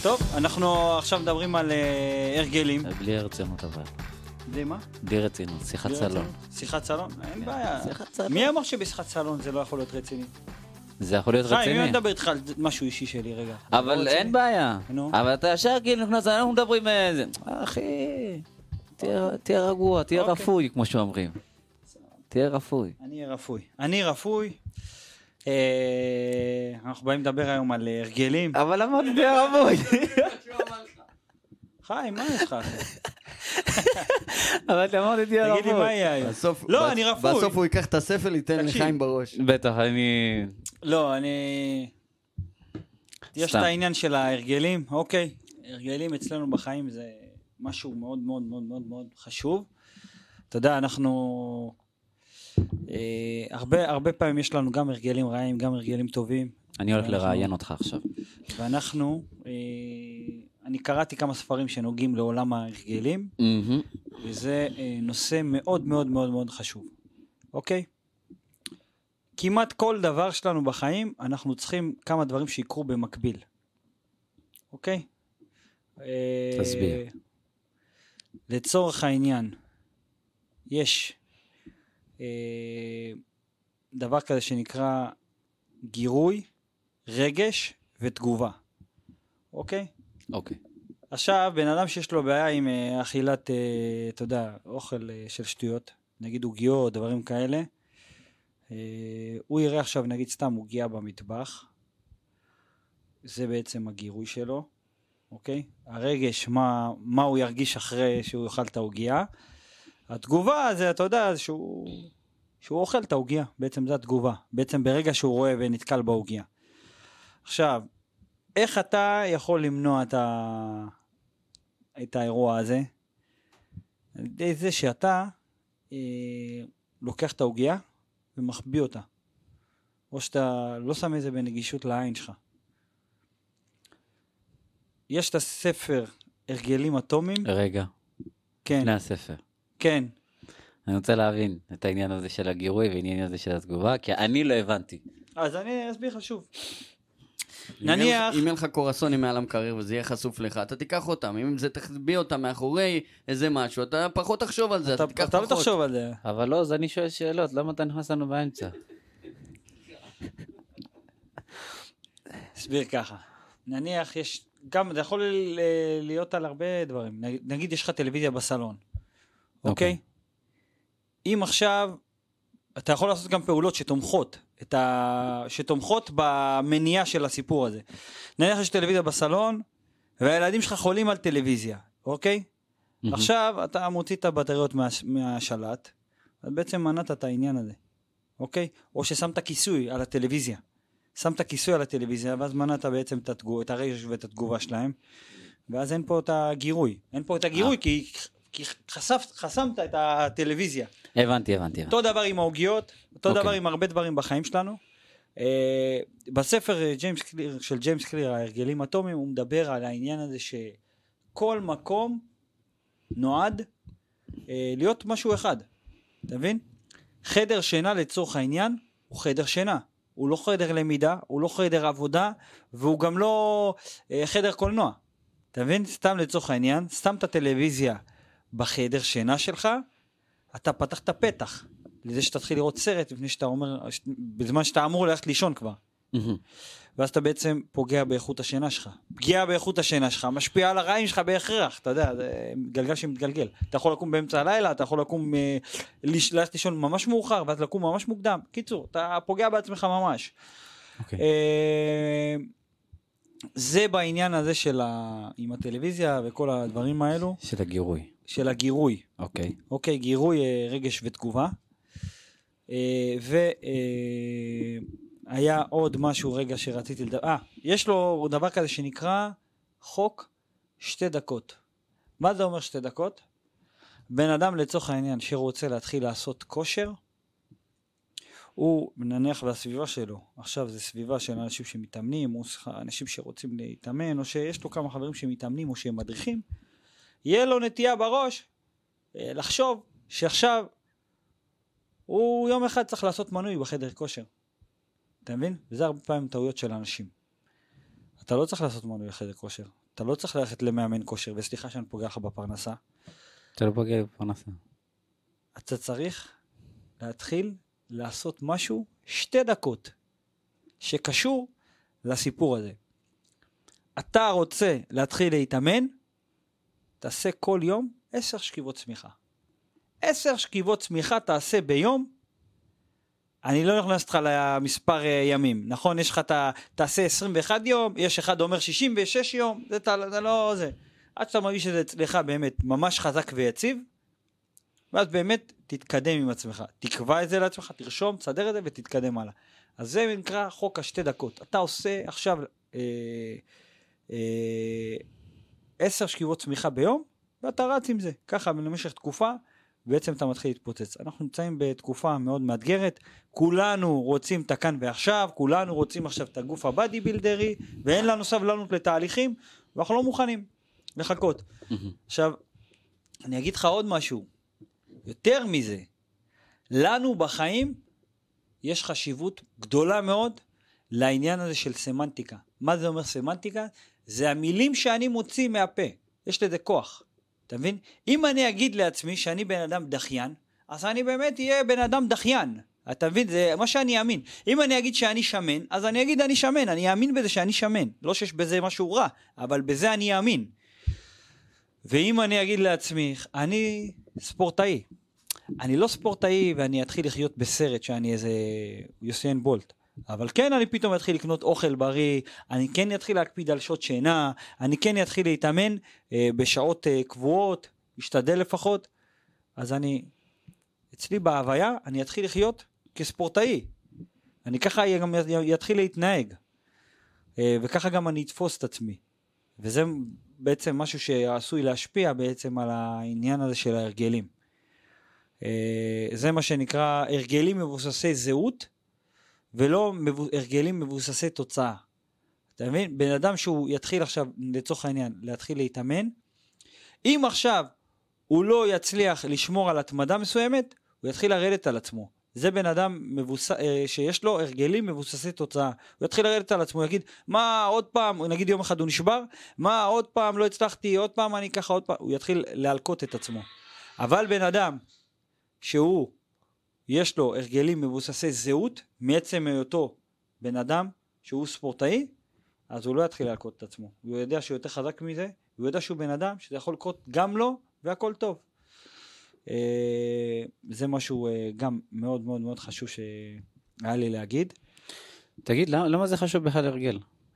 טוב, אנחנו עכשיו מדברים על הרגלים. בלי רצינות אבל. בלי מה? בלי רצינות, שיחת סלון. שיחת סלון? אין בעיה. שיחת סלון. מי אמר שבשיחת סלון זה לא יכול להיות רציני? זה יכול להיות רציני. חיים, אני מדבר איתך על משהו אישי שלי רגע. אבל אין בעיה. נו. אבל אתה ישר כאילו נכנס, אנחנו מדברים איזה... אחי, תהיה רגוע, תהיה רפוי, כמו שאומרים. תהיה רפוי. אני רפוי. אנחנו באים לדבר היום על הרגלים. אבל למה תהיה רפוי? חיים, מה יש לך? אבל למה תהיה רפוי? תגיד לי מה יהיה היום. לא, אני רפוי. בסוף הוא ייקח את הספל, ייתן לחיים בראש. בטח, לא, יש את העניין של ההרגלים, אוקיי. הרגלים אצלנו בחיים זה משהו מאוד מאוד מאוד מאוד מאוד חשוב. אתה יודע, אנחנו... הרבה פעמים יש לנו גם הרגלים רעים, גם הרגלים טובים. אני הולך לראיין אותך עכשיו. ואנחנו... אני קראתי כמה ספרים שנוגעים לעולם ההרגלים, וזה נושא מאוד מאוד מאוד מאוד חשוב. אוקיי? כמעט כל דבר שלנו בחיים, אנחנו צריכים כמה דברים שיקרו במקביל. אוקיי? תסביר. לצורך העניין, יש דבר כזה שנקרא גירוי, רגש ותגובה. אוקיי? אוקיי. עכשיו, בן אדם שיש לו בעיה עם אכילת, אתה יודע, אוכל של שטויות, נגיד עוגיות, דברים כאלה, הוא יראה עכשיו, נגיד סתם עוגיה במטבח, זה בעצם הגירוי שלו, אוקיי? הרגש, מה הוא ירגיש אחרי שהוא יאכל את העוגיה, התגובה זה, אתה יודע, שהוא אוכל את העוגיה, בעצם זה התגובה, בעצם ברגע שהוא רואה ונתקל בעוגיה. עכשיו, איך אתה יכול למנוע את האירוע הזה? על ידי זה שאתה לוקח את העוגיה ומחביא אותה. או שאתה לא שם את זה בנגישות לעין שלך. יש את הספר הרגלים אטומיים. רגע. כן. לפני הספר. כן. אני רוצה להבין את העניין הזה של הגירוי והעניין הזה של התגובה, כי אני לא הבנתי. אז אני אסביר לך שוב. נניח... אם אין לך קורסונים מעל המקרר וזה יהיה חשוף לך, אתה תיקח אותם. אם זה תחביא אותם מאחורי איזה משהו, אתה פחות תחשוב על זה, אתה תיקח פחות. אתה לא תחשוב על זה. אבל לא, אז אני שואל שאלות, למה אתה נכנס לנו באמצע? אסביר ככה. נניח יש... גם זה יכול להיות על הרבה דברים. נגיד יש לך טלוויזיה בסלון. אוקיי? אם עכשיו... אתה יכול לעשות גם פעולות שתומכות במניעה של הסיפור הזה. נניח יש טלוויזיה בסלון, והילדים שלך חולים על טלוויזיה, אוקיי? עכשיו אתה מוציא את הבטריות מהשלט, אז בעצם מנעת את העניין הזה, אוקיי? או ששמת כיסוי על הטלוויזיה. שמת כיסוי על הטלוויזיה, ואז מנעת בעצם את הרגש ואת התגובה שלהם, ואז אין פה את הגירוי. אין פה את הגירוי כי חסמת את הטלוויזיה. הבנתי. אותו דבר עם העוגיות, אותו דבר עם הרבה דברים בחיים שלנו. בספר של ג'יימס קליר, ההרגלים אטומיים, הוא מדבר על העניין הזה שכל מקום נועד להיות משהו אחד. אתה מבין? חדר שינה לצורך העניין הוא חדר שינה. הוא לא חדר למידה, הוא לא חדר עבודה, והוא גם לא חדר קולנוע. אתה מבין? סתם לצורך העניין, סתם את הטלוויזיה בחדר שינה שלך, אתה פתחת פתח לזה שתתחיל לראות סרט לפני שאתה אומר, בזמן שאתה אמור ללכת לישון כבר. ואז אתה בעצם פוגע באיכות השינה שלך. פגיעה באיכות השינה שלך, משפיע על הרעים שלך בהכרח, אתה יודע, זה גלגל שמתגלגל. אתה יכול לקום באמצע הלילה, אתה יכול לקום, ללכת לישון ממש מאוחר, ואז לקום ממש מוקדם. קיצור, אתה פוגע בעצמך ממש. זה בעניין הזה עם הטלוויזיה וכל הדברים האלו. של הגירוי. אוקיי, גירוי, רגש ותגובה. והיה עוד משהו רגע שרציתי לדבר. יש לו דבר כזה שנקרא חוק 2 דקות. מה זה אומר 2 דקות? בן אדם לצורך העניין שרוצה להתחיל לעשות כושר, הוא נניח בסביבה שלו, עכשיו זה סביבה של אנשים שמתאמנים, או אנשים שרוצים להתאמן, או שיש לו כמה חברים שמתאמנים או שהם מדריכים, יהיה לו נטייה בראש לחשוב שעכשיו הוא יום אחד צריך לעשות מנוי בחדר כושר. אתה מבין? וזה הרבה פעמים טעויות של אנשים. אתה לא צריך לעשות מנוי בחדר כושר. אתה לא צריך ללכת למאמן כושר, וסליחה שאני פוגע לך בפרנסה. אתה לא פוגע בפרנסה. אתה צריך להתחיל לעשות משהו 2 דקות, שקשור לסיפור הזה. אתה רוצה להתחיל להתאמן, תעשה כל יום 10 שכיבות צמיחה. 10 שכיבות צמיחה תעשה ביום, אני לא נכנס לך למספר ימים, נכון? יש לך, תעשה 21 יום, יש אחד אומר 66 יום, זה לא זה. עד שאתה מרגיש שזה אצלך באמת ממש חזק ויציב, ואז באמת תתקדם עם עצמך. תקבע את זה לעצמך, תרשום, תסדר את זה ותתקדם הלאה. אז זה נקרא חוק 2 דקות. אתה עושה עכשיו 10 שכיבות צמיחה ביום, ואתה רץ עם זה. ככה במשך תקופה, בעצם אתה מתחיל להתפוצץ. אנחנו נמצאים בתקופה מאוד מאתגרת, כולנו רוצים את הכאן ועכשיו, כולנו רוצים עכשיו את הגוף הבאדי בילדרי, ואין לנו סבלנות לתהליכים, ואנחנו לא מוכנים לחכות. עכשיו, אני אגיד לך עוד משהו, יותר מזה, לנו בחיים יש חשיבות גדולה מאוד לעניין הזה של סמנטיקה. מה זה אומר סמנטיקה? זה המילים שאני מוציא מהפה, יש לזה כוח. אתה מבין? אם אני אגיד לעצמי שאני בן אדם דחיין, אז אני באמת אהיה בן אדם דחיין. אתה מבין? זה מה שאני אאמין. אם אני אגיד שאני שמן, אז אני אגיד אני שמן. אני אאמין בזה שאני שמן. לא שיש בזה משהו רע, אבל בזה אני אאמין. ואם אני אגיד לעצמי, אני ספורטאי. אני לא ספורטאי ואני אתחיל לחיות בסרט שאני איזה יוסיין בולט. אבל כן, אני פתאום אתחיל לקנות אוכל בריא, אני כן אתחיל להקפיד על שעות שינה, אני כן אתחיל להתאמן בשעות קבועות, משתדל לפחות, אז אצלי בהוויה, אני אתחיל לחיות כספורטאי. אני ככה גם יתחיל להתנהג, וככה גם אני אתפוס את עצמי. וזה בעצם משהו שעשוי להשפיע בעצם על העניין הזה של ההרגלים. זה מה שנקרא הרגלים מבוססי זהות, ולא הרגלים מבוססי תוצאה. אתה מבין? בן אדם שהוא יתחיל עכשיו, לצורך העניין, להתחיל להתאמן, אם עכשיו הוא לא יצליח לשמור על התמדה מסוימת, הוא יתחיל לרדת על עצמו. זה בן אדם שיש לו הרגלים מבוססי תוצאה. הוא יתחיל לרדת על עצמו, הוא יגיד, מה עוד פעם, נגיד יום אחד הוא נשבר, מה עוד פעם לא הצלחתי, עוד פעם אני ככה, עוד פעם, הוא יתחיל להלקות את עצמו. אבל בן אדם שהוא יש לו הרגלים מבוססי זהות, מעצם היותו בן אדם שהוא ספורטאי, אז הוא לא יתחיל להלקות את עצמו. הוא יודע שהוא יותר חזק מזה, הוא יודע שהוא בן אדם, שזה יכול לקרות גם לו, והכל טוב. זה משהו גם מאוד מאוד מאוד חשוב שהיה לי להגיד. תגיד, למה זה חשוב בכלל הרגל?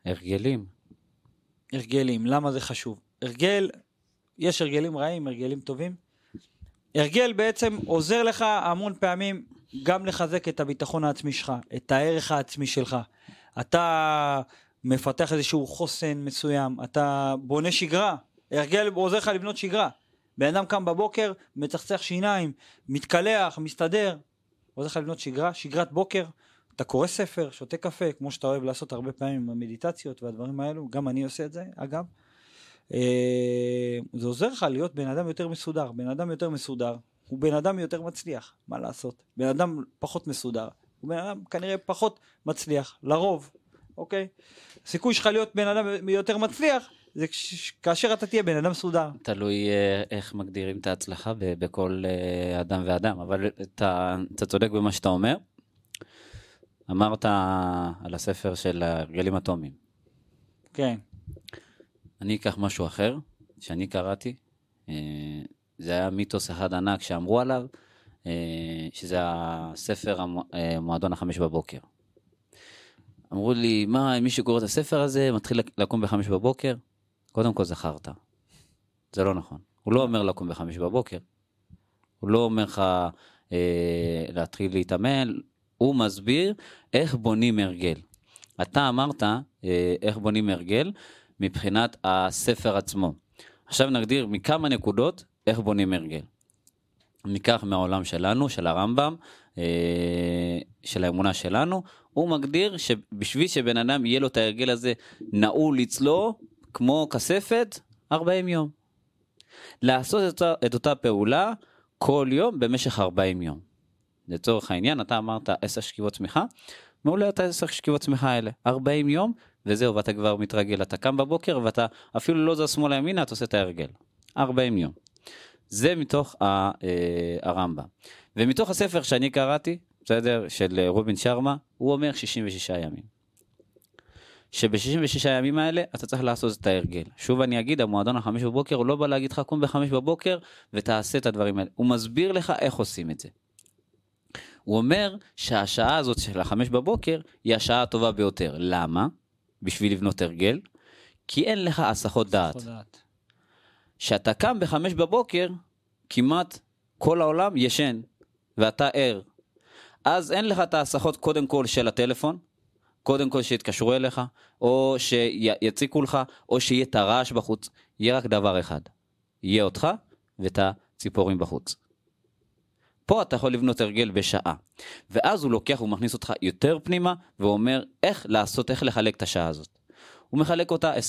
הרגלים, למה זה חשוב? יש הרגלים רעים, הרגלים טובים. הרגל בעצם עוזר לך המון פעמים גם לחזק את הביטחון העצמי שלך, את הערך העצמי שלך. אתה מפתח איזשהו חוסן מסוים, אתה בונה שגרה, הרגל עוזר לך לבנות שגרה. בן אדם קם בבוקר, מצחצח שיניים, מתקלח, מסתדר, עוזר לך לבנות שגרה, שגרת בוקר, אתה קורא ספר, שותה קפה, כמו שאתה אוהב לעשות הרבה פעמים במדיטציות והדברים האלו, גם אני עושה את זה, אגב. זה עוזר לך להיות בן אדם יותר מסודר. בן אדם יותר מסודר הוא בן אדם יותר מצליח, מה לעשות? בן אדם פחות מסודר הוא בן אדם כנראה פחות מצליח, לרוב, אוקיי? הסיכוי שלך להיות בן אדם יותר מצליח זה כאשר אתה תהיה בן אדם מסודר. תלוי איך מגדירים את ההצלחה בכל אדם ואדם, אבל אתה צודק במה שאתה אומר. אמרת על הספר של הרגלים אטומיים. כן. אני אקח משהו אחר, שאני קראתי, זה היה מיתוס אחד ענק שאמרו עליו, שזה הספר מועדון 5 בבוקר. אמרו לי, מה, מי שקורא את הספר הזה, מתחיל לקום ב5 בבוקר? קודם כל זכרת. זה לא נכון. הוא לא אומר לקום ב5 בבוקר. הוא לא אומר לך להתחיל להתאמן, הוא מסביר איך בונים הרגל. אתה אמרת איך בונים הרגל, מבחינת הספר עצמו. עכשיו נגדיר מכמה נקודות איך בונים הרגל. ניקח מהעולם שלנו, של הרמב"ם, של האמונה שלנו, הוא מגדיר שבשביל שבן אדם יהיה לו את ההרגל הזה נעול אצלו, כמו כספת, 40 יום. לעשות את אותה פעולה כל יום במשך 40 יום. לצורך העניין, אתה אמרת 10 שכיבות צמיחה, מעולה את 10 שכיבות צמיחה האלה, 40 יום, וזהו, ואתה כבר מתרגל, אתה קם בבוקר, ואתה אפילו לא זז שמאלה ימינה, אתה עושה את ההרגל. 40 יום. זה מתוך הרמב"ם. ומתוך הספר שאני קראתי, בסדר, של רובין שרמה, הוא אומר 66 ימים. שב-66 הימים האלה אתה צריך לעשות את ההרגל. שוב אני אגיד, המועדון 5 בבוקר, הוא לא בא להגיד לך, קום ב5 בבוקר ותעשה את הדברים האלה. הוא מסביר לך איך עושים את זה. הוא אומר שהשעה הזאת של 5 בבוקר היא השעה הטובה ביותר. למה? בשביל לבנות הרגל. כי אין לך הסחות דעת. שאתה קם ב5 בבוקר, כמעט כל העולם ישן, ואתה ער. אז אין לך את ההסחות קודם כל של הטלפון, קודם כל שיתקשרו אליך, או שיציקו לך, או שיהיה את הרעש בחוץ. יהיה רק דבר אחד. יהיה אותך ואת הציפורים בחוץ. פה אתה יכול לבנות הרגל בשעה. ואז הוא לוקח ומכניס אותך יותר פנימה, ואומר איך לעשות, איך לחלק את השעה הזאת. הוא מחלק אותה 20-20-20.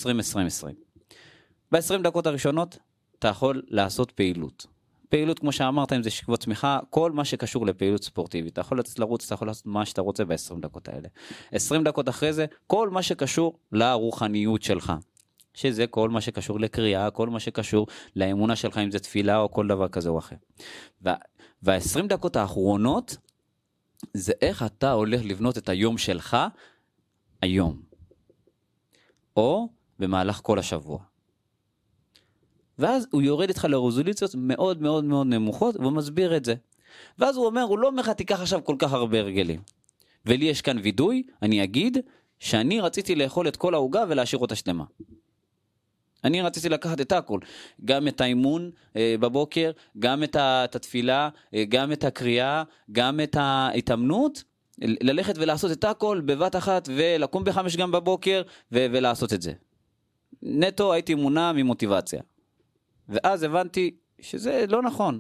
ב-20 דקות הראשונות, אתה יכול לעשות פעילות. פעילות, כמו שאמרת, אם זה שכבות צמיחה, כל מה שקשור לפעילות ספורטיבית. אתה יכול לרוץ, אתה יכול לעשות מה שאתה רוצה ב-20 דקות האלה. 20 דקות אחרי זה, כל מה שקשור לרוחניות שלך. שזה כל מה שקשור לקריאה, כל מה שקשור לאמונה שלך, אם זה תפילה או כל דבר כזה או אחר. וה-20 דקות האחרונות, זה איך אתה הולך לבנות את היום שלך, היום. או במהלך כל השבוע. ואז הוא יורד איתך לרזולוציות מאוד מאוד מאוד נמוכות, והוא מסביר את זה. ואז הוא אומר, הוא לא אומר לך, תיקח עכשיו כל כך הרבה הרגלים. ולי יש כאן וידוי, אני אגיד, שאני רציתי לאכול את כל העוגה ולהשאיר אותה שלמה. אני רציתי לקחת את הכל, גם את האימון בבוקר, גם את התפילה, גם את הקריאה, גם את ההתאמנות, ללכת ולעשות את הכל בבת אחת, ולקום ב5 גם בבוקר, ולעשות את זה. נטו הייתי מונע ממוטיבציה. ואז הבנתי שזה לא נכון.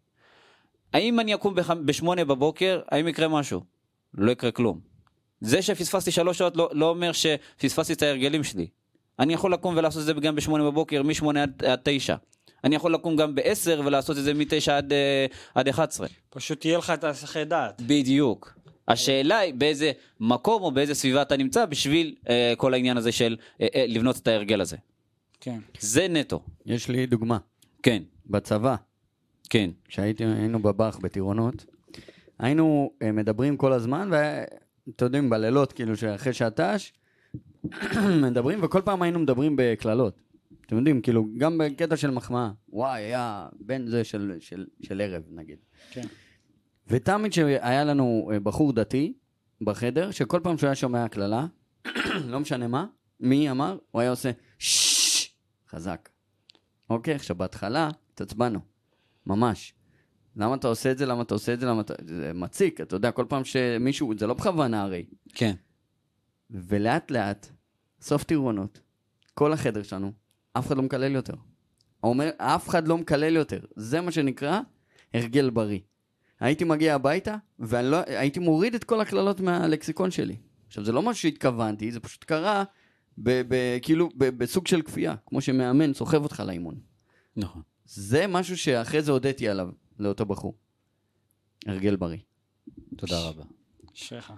האם אני אקום ב8 בבוקר, האם יקרה משהו? לא יקרה כלום. זה שפספסתי 3 שעות לא אומר שפספסתי את ההרגלים שלי. אני יכול לקום ולעשות את זה גם ב8 בבוקר, מ8 עד 9. אני יכול לקום גם ב10 ולעשות את זה מ9 עד 11. פשוט תהיה לך את הסחי דעת. בדיוק. השאלה היא באיזה מקום או באיזה סביבה אתה נמצא בשביל כל העניין הזה של לבנות את ההרגל הזה. כן. זה נטו. יש לי דוגמה. כן. בצבא. כן. כשהיינו בבח בטירונות, היינו מדברים כל הזמן, ואתם יודעים, בלילות, כאילו שאחרי שעתש, מדברים, וכל פעם היינו מדברים בכללות. אתם יודעים, כאילו, גם בקטע של מחמאה. וואי, היה בין זה של ערב, נגיד. כן. ותמיד שהיה לנו בחור דתי בחדר, שכל פעם שהוא היה שומע כללה, לא משנה מה, מי אמר, הוא היה עושה חזק. אוקיי, עכשיו בהתחלה התעצבנו, ממש. למה אתה עושה את זה? למה אתה עושה את זה? זה מציק, אתה יודע, כל פעם שמישהו, זה לא בכוונה הרי. כן. ולאט לאט, סוף טירונות, כל החדר שלנו, אף אחד לא מקלל יותר. הוא אומר, אף אחד לא מקלל יותר. זה מה שנקרא הרגל בריא. הייתי מגיע הביתה, והייתי מוריד את כל הכללות מהלקסיקון שלי. עכשיו, זה לא משהו שהתכוונתי, זה פשוט קרה כאילו בסוג של כפייה, כמו שמאמן סוחב אותך לאימון. נכון. זה משהו שאחרי זה הודיתי עליו, לאותו בחור. הרגל בריא. תודה רבה. שכה.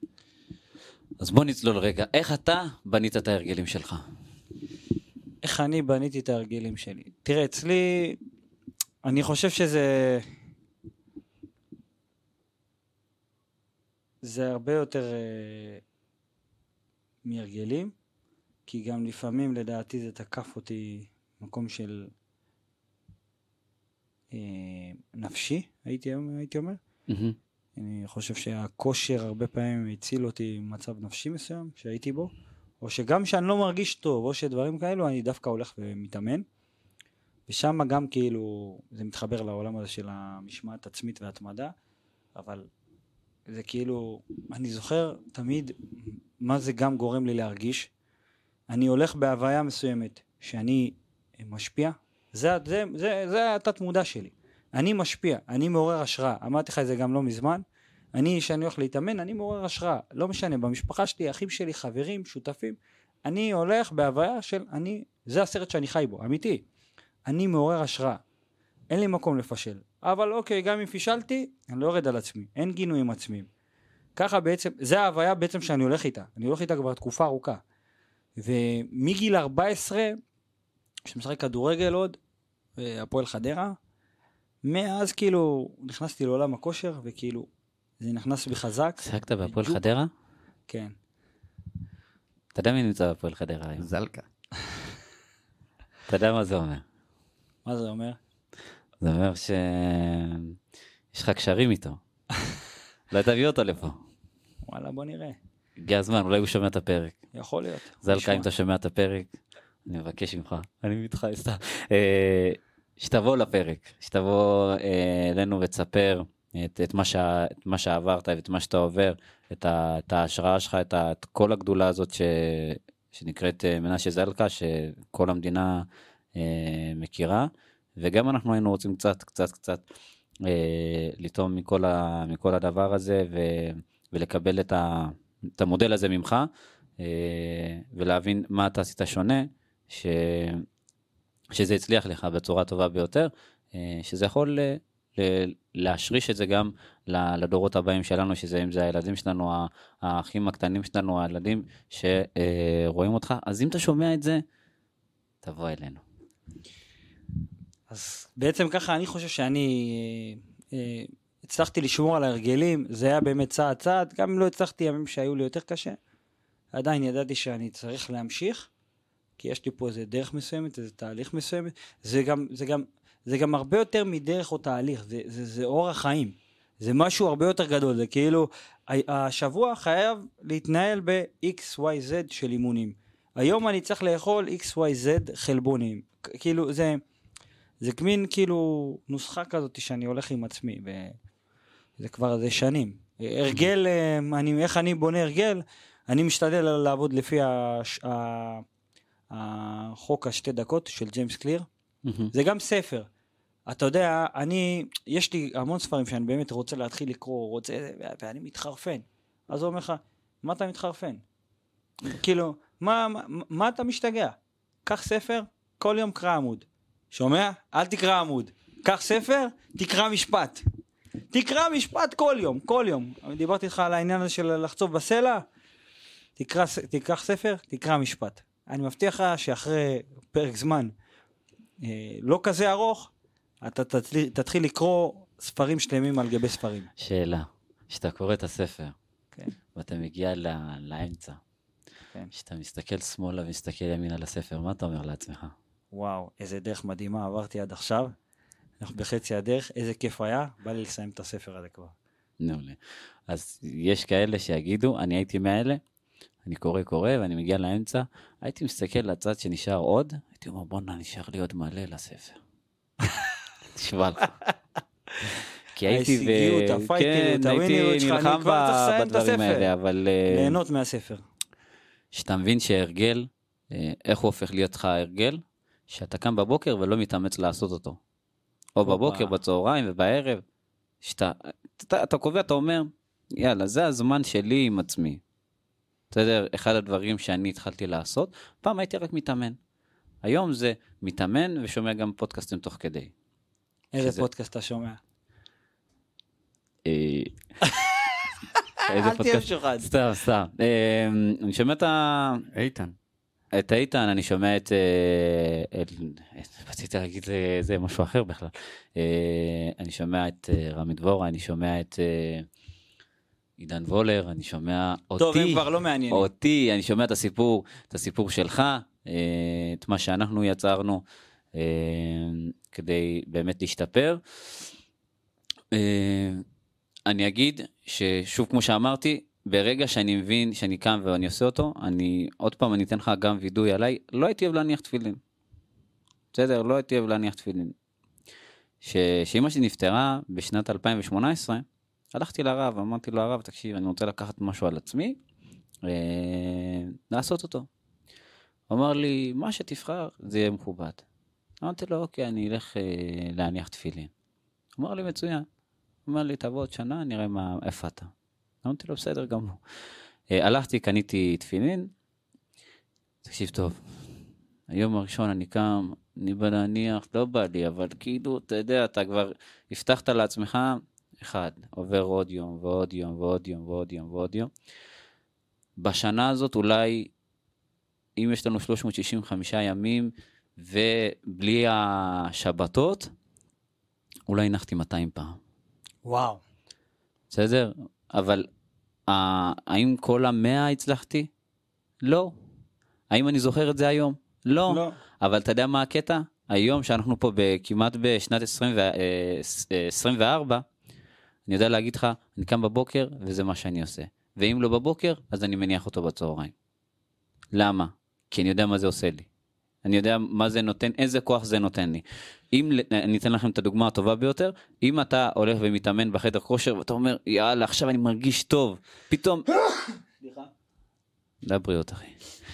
אז בוא נצלול רגע, איך אתה בנית את ההרגלים שלך? איך אני בניתי את ההרגלים שלי? תראה, אצלי, אני חושב זה הרבה יותר מהרגלים, כי גם לפעמים לדעתי זה תקף אותי מקום של נפשי, הייתי אומר. אני חושב שהכושר הרבה פעמים הציל אותי מצב נפשי מסוים שהייתי בו, או שגם שאני לא מרגיש טוב, או שדברים כאלו, אני דווקא הולך ומתאמן, ושם גם כאילו זה מתחבר לעולם הזה של המשמעת עצמית והתמדה, אבל זה כאילו, אני זוכר תמיד מה זה גם גורם לי להרגיש. אני הולך בהוויה מסוימת שאני משפיע, זה התת מודע שלי. אני משפיע, אני מעורר השראה. אמרתי לך את זה גם לא מזמן. שאני הולך להתאמן, אני מעורר השראה. לא משנה, במשפחה שלי, אחים שלי, חברים, שותפים. אני הולך בהוויה של זה הסרט שאני חי בו, אמיתי. אני מעורר השראה. אין לי מקום לפשל. אבל אוקיי, גם אם פישלתי, אני לא יורד על עצמי. אין גינויים עצמיים. ככה בעצם, זה ההוויה בעצם שאני הולך איתה. אני הולך איתה כבר תקופה ארוכה. ומגיל 14, שמשחק כדורגל עוד, הפועל חדרה, מאז כאילו נכנסתי לעולם הכושר, וכאילו זה נכנס בי חזק. שיחקת בהפועל חדרה? כן. אתה יודע מי נמצא בהפועל חדרה היום? זלקה. אתה יודע מה זה אומר? מה זה אומר? זה אומר שיש לך קשרים איתו. אולי תביא אותו לפה. וואלה, בוא נראה. הגיע הזמן, אולי הוא שומע את הפרק. יכול להיות. זלקה, אם אתה שומע את הפרק, אני מבקש ממך, אני מתחייב סתם. שתבוא לפרק, שתבוא אלינו ותספר את מה שעברת ואת מה שאתה עובר, את ההשראה שלך, את כל הגדולה הזאת שנקראת מנשה זלקה, שכל המדינה מכירה, וגם אנחנו היינו רוצים קצת לטעום מכל הדבר הזה, ולקבל את המודל הזה ממך, ולהבין מה אתה עשית שונה, שזה הצליח לך בצורה טובה ביותר, שזה יכול להשריש את זה גם לדורות הבאים שלנו, שזה אם זה הילדים שלנו, האחים הקטנים שלנו, הילדים שרואים אותך, אז אם אתה שומע את זה, תבוא אלינו. אז בעצם ככה אני חושב שאני הצלחתי לשמור על ההרגלים, זה היה באמת צעד, גם אם לא הצלחתי ימים שהיו לי יותר קשה, עדיין ידעתי שאני צריך להמשיך, כי יש לי פה איזה דרך מסוימת, איזה תהליך מסוימת, זה גם הרבה יותר מדרך או תהליך, זה אורח חיים, זה משהו הרבה יותר גדול, זה כאילו, השבוע חייב להתנהל ב-XYZ של אימונים, היום אני צריך לאכול XYZ חלבונים, כאילו זה כמין כאילו נוסחה כזאת שאני הולך עם עצמי, וזה כבר זה שנים, הרגל, איך אני בונה הרגל, אני משתדל לעבוד לפי החוק 2 דקות של ג'יימס קליר, זה גם ספר, אתה יודע, יש לי המון ספרים שאני באמת רוצה להתחיל לקרוא, ואני מתחרפן, אז הוא אומר לך, מה אתה מתחרפן? כאילו, מה אתה משתגע? קח ספר, כל יום קרא עמוד, שומע? אל תקרא עמוד, קח ספר, תקרא משפט, כל יום, דיברתי איתך על העניין הזה של לחצוב בסלע, תקח ספר, תקרא משפט. אני מבטיח לך שאחרי פרק זמן לא כזה ארוך, אתה תתחיל לקרוא ספרים שלמים על גבי ספרים. שאלה, שאתה קורא את הספר, כן. ואתה מגיע לאמצע, כן. שאתה מסתכל שמאלה ומסתכל ימין על הספר, מה אתה אומר לעצמך? וואו, איזה דרך מדהימה עברתי עד עכשיו, אנחנו בחצי הדרך, איזה כיף היה, בא לי לסיים את הספר הזה כבר. מעולה. אז יש כאלה שיגידו, אני הייתי מאלה, אני קורא ואני מגיע לאמצע, הייתי מסתכל לצד שנשאר עוד, הייתי אומר, בוא נשאר לי עוד מלא לספר. תשמע לך. כי הייתי נלחם בדברים האלה, אבל ליהנות מהספר. שאתה מבין שהרגל, איך הוא הופך להיות לך הרגל, שאתה קם בבוקר ולא מתאמץ לעשות אותו. או בבוקר, בצהריים ובערב, אתה קובע, אתה אומר, יאללה, זה הזמן שלי עם עצמי. אתה יודע, אחד הדברים שאני התחלתי לעשות, פעם הייתי רק מתאמן. היום זה מתאמן ושומע גם פודקאסטים תוך כדי. איזה פודקאסט אתה שומע? איזה פודקאסט? סתם. אני שומע את איתן, אני שומע את... רציתי להגיד זה משהו אחר בכלל. אני שומע את רמי דבורה, אני שומע את... עידן וולר, אני שומע אותי. טוב, הם כבר לא מעניינים. אותי, אני שומע את הסיפור שלך, את מה שאנחנו יצרנו, כדי באמת להשתפר. אני אגיד ששוב, כמו שאמרתי, ברגע שאני מבין שאני קם ואני עושה אותו, עוד פעם אני אתן לך גם וידוי עליי, לא הייתי אוהב להניח תפילין. בסדר, לא הייתי אוהב להניח תפילין. שאמא שלי נפטרה בשנת 2018, הלכתי לרב, אמרתי לו, הרב, תקשיב, אני רוצה לקחת משהו על עצמי, לעשות אותו. הוא אמר לי, מה שתבחר, זה יהיה מכובד. אמרתי לו, אוקיי, אני אלך להניח תפילין. הוא אמר לי, מצוין. הוא אמר לי, תבוא עוד שנה, נראה איפה אתה. אמרתי לו, בסדר גמור. הלכתי, קניתי תפילין, תקשיב טוב, היום הראשון אני קם, אני בא להניח, לא בא לי, אבל כאילו, אתה יודע, אתה כבר הבטחת לעצמך, אחד, עובר עוד יום ועוד יום ועוד יום ועוד יום ועוד יום. בשנה הזאת אולי אם יש לנו 365 ימים, ובלי השבתות, אולי הנחתי 200 פעם. וואו. בסדר? אבל האם כל 100 הצלחתי? לא. האם אני זוכר את זה היום? לא. לא. אבל אתה יודע מה הקטע? היום שאנחנו פה כמעט בשנת 24, אני יודע להגיד לך, אני קם בבוקר וזה מה שאני עושה. ואם לא בבוקר, אז אני מניח אותו בצהריים. למה? כי אני יודע מה זה עושה לי. אני יודע מה זה נותן, איזה כוח זה נותן לי. אם אני אתן לכם את הדוגמה הטובה ביותר, אם אתה הולך ומתאמן בחדר כושר, ואתה אומר, יאללה, עכשיו אני מרגיש טוב, פתאום... סליחה. לבריאות, אחי.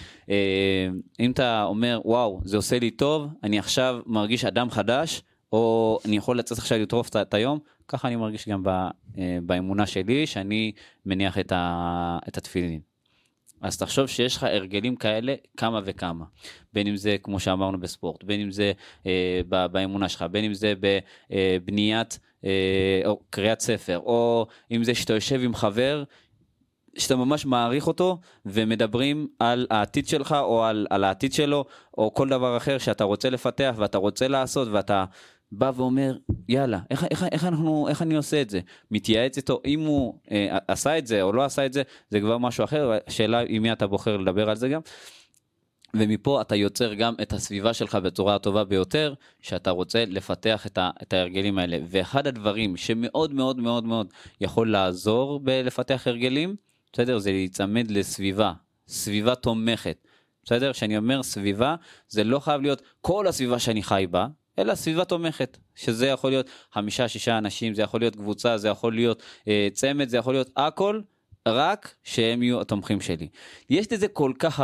אם אתה אומר, וואו, זה עושה לי טוב, אני עכשיו מרגיש אדם חדש, או אני יכול לצאת עכשיו לטרוף את היום, ככה אני מרגיש גם באמונה שלי, שאני מניח את התפילין. אז תחשוב שיש לך הרגלים כאלה כמה וכמה, בין אם זה כמו שאמרנו בספורט, בין אם זה באמונה שלך, בין אם זה בבניית או קריאת ספר, או אם זה שאתה יושב עם חבר, שאתה ממש מעריך אותו, ומדברים על העתיד שלך, או על העתיד שלו, או כל דבר אחר שאתה רוצה לפתח, ואתה רוצה לעשות, ואתה בא ואומר, יאללה, איך אני עושה את זה? מתייעץ איתו, אם הוא עשה את זה, או לא עשה את זה, זה כבר משהו אחר, השאלה עם מי אתה בוחר לדבר על זה גם, ומפה אתה יוצר גם את הסביבה שלך בצורה הטובה ביותר, שאתה רוצה לפתח את ההרגלים האלה, ואחד הדברים שמאוד מאוד מאוד מאוד יכול לעזור בלפתח הרגלים, בסדר? זה להיצמד לסביבה, סביבה תומכת, בסדר? שאני אומר סביבה, זה לא חייב להיות כל הסביבה שאני חי בה, אלא סביבה תומכת, שזה יכול להיות 5-6 אנשים, זה יכול להיות קבוצה, זה יכול להיות צמד, זה יכול להיות הכל, רק שהם יהיו התומכים שלי. יש לזה כל כך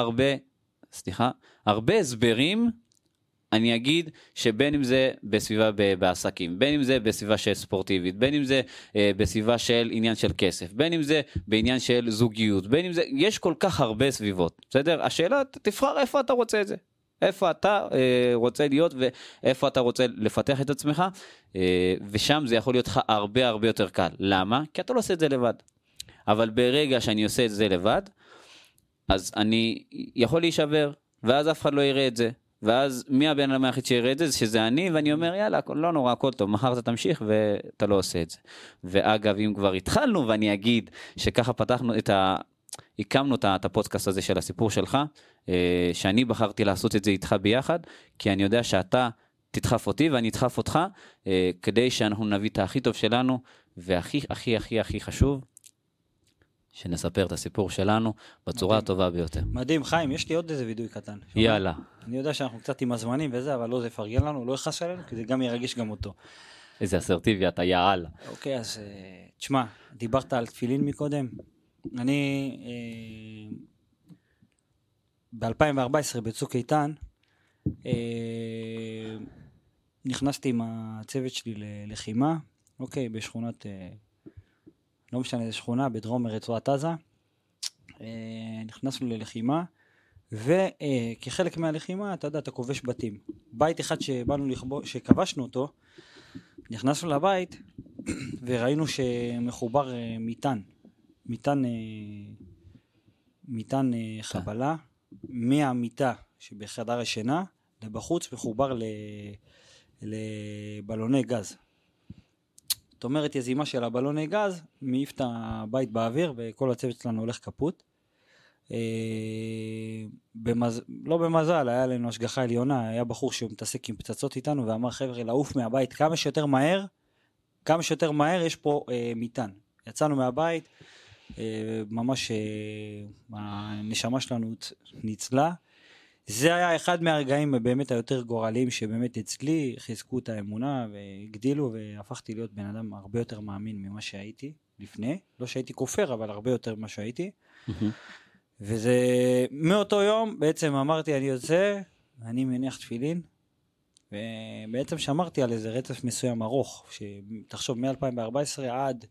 הרבה הסברים, אני אגיד שבין אם זה בסביבה בעסקים, בין אם זה בסביבה של ספורטיבית, בין אם זה בסביבה של עניין של כסף, בין אם זה בעניין של זוגיות, בין אם זה, יש כל כך הרבה סביבות, בסדר? השאלה, תבחר איפה אתה רוצה את זה. איפה אתה רוצה להיות ואיפה אתה רוצה לפתח את עצמך, ושם זה יכול להיות לך הרבה הרבה יותר קל. למה? כי אתה לא עושה את זה לבד. אבל ברגע שאני עושה את זה לבד, אז אני יכול להישבר, ואז אף אחד לא יראה את זה. ואז מי הבן אדם היחיד שיראה את זה? שזה אני, ואני אומר, יאללה, לא נורא, הכל טוב, מחר אתה תמשיך ואתה לא עושה את זה. ואגב, אם כבר התחלנו, ואני אגיד שככה פתחנו הקמנו את הפודקאסט הזה של הסיפור שלך, שאני בחרתי לעשות את זה איתך ביחד, כי אני יודע שאתה תדחף אותי ואני אדחף אותך, כדי שאנחנו נביא את הכי טוב שלנו, והכי הכי הכי הכי חשוב, שנספר את הסיפור שלנו בצורה הטובה ביותר. מדהים, חיים, יש לי עוד איזה וידוי קטן. יאללה. אני יודע שאנחנו קצת עם הזמנים וזה, אבל לא זה יפרגן לנו, לא יחס עלינו, כי זה גם ירגש גם אותו. איזה אסרטיבי, אתה יעל. אוקיי, אז תשמע, דיברת על תפילין מקודם. אני ב-2014 בצוק איתן נכנסתי עם הצוות שלי ללחימה, אוקיי, בשכונת, לא משנה איזה שכונה, בדרום רצועת עזה. נכנסנו ללחימה, וכחלק מהלחימה, אתה יודע, אתה כובש בתים. בית אחד שכבשנו אותו, נכנסנו לבית, וראינו שמחובר מיטן חבלה, מהמיטה שבחדר השינה, לבחוץ מחובר לבלוני גז. זאת אומרת, יזימה של הבלוני גז, מעיף את הבית באוויר, וכל הצוות שלנו הולך כפות. לא במזל, היה לנו השגחה עליונה, היה בחור שמתעסק עם פצצות איתנו, ואמר, חבר'ה, לעוף מהבית כמה שיותר מהר, יש פה מיטן. יצאנו מהבית, ממש הנשמה שלנו ניצלה. זה היה אחד מהרגעים באמת היותר גורליים, שבאמת אצלי חיזקו את האמונה והגדילו, והפכתי להיות בן אדם הרבה יותר מאמין ממה שהייתי לפני. לא שהייתי כופר, אבל הרבה יותר ממה שהייתי. וזה, מאותו יום בעצם אמרתי, אני יוצא, אני מניח תפילין, ובעצם שמרתי על איזה רצף מסוים ארוך, שתחשוב מ-2014 עד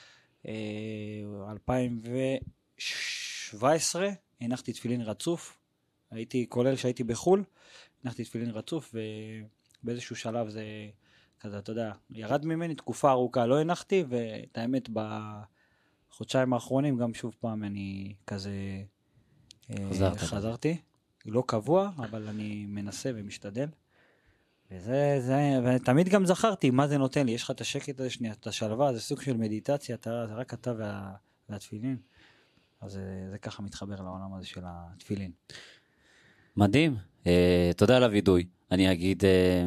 2017, הנחתי תפילין רצוף, כולל שהייתי בחול, הנחתי תפילין רצוף, ובאיזשהו שלב זה כזה, אתה יודע, ירד ממני תקופה ארוכה, לא הנחתי, ואת האמת בחודשיים האחרונים, גם שוב פעם אני כזה חזרתי. לא קבוע, אבל אני מנסה ומשתדל. ותמיד גם זכרתי מה זה נותן לי, יש לך את השקט הזה שנייה, את השלווה, זה סוג של מדיטציה, זה רק אתה והתפילין. אז זה ככה מתחבר לעולם הזה של התפילין. מדהים, תודה על הוידוי. אני אגיד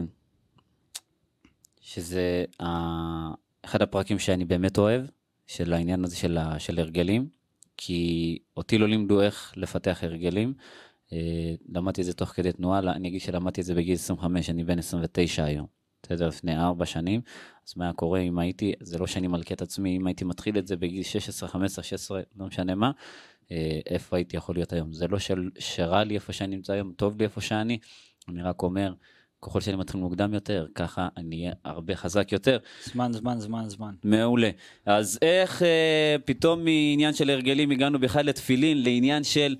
שזה אחד הפרקים שאני באמת אוהב, של העניין הזה של הרגלים, כי אותי לא לימדו איך לפתח הרגלים, למדתי את זה תוך כדי תנועה, אני אגיד שלמדתי את זה בגיל 25, אני בן 29 היום, בסדר, לפני 4 שנים, אז מה קורה אם הייתי, זה לא שאני מלכה את עצמי, אם הייתי מתחיל את זה בגיל 16, 15, 16, לא משנה מה, איפה הייתי יכול להיות היום, זה לא שרע לי איפה שאני נמצא היום, טוב לי איפה שאני, אני רק אומר, ככל שאני מתחיל מוקדם יותר, ככה אני אהיה הרבה חזק יותר. זמן. מעולה. אז איך פתאום מעניין של הרגלים הגענו בכלל לתפילין, לעניין של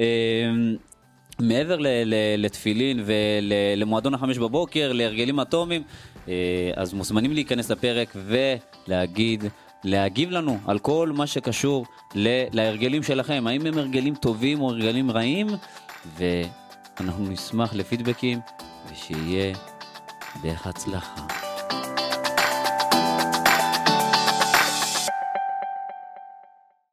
מעבר לתפילין ולמועדון 5 בבוקר, להרגלים אטומיים, אז מוזמנים להיכנס לפרק להגיב לנו על כל מה שקשור להרגלים שלכם, האם הם הרגלים טובים או הרגלים רעים, ואנחנו נשמח לפידבקים, ושיהיה בהצלחה.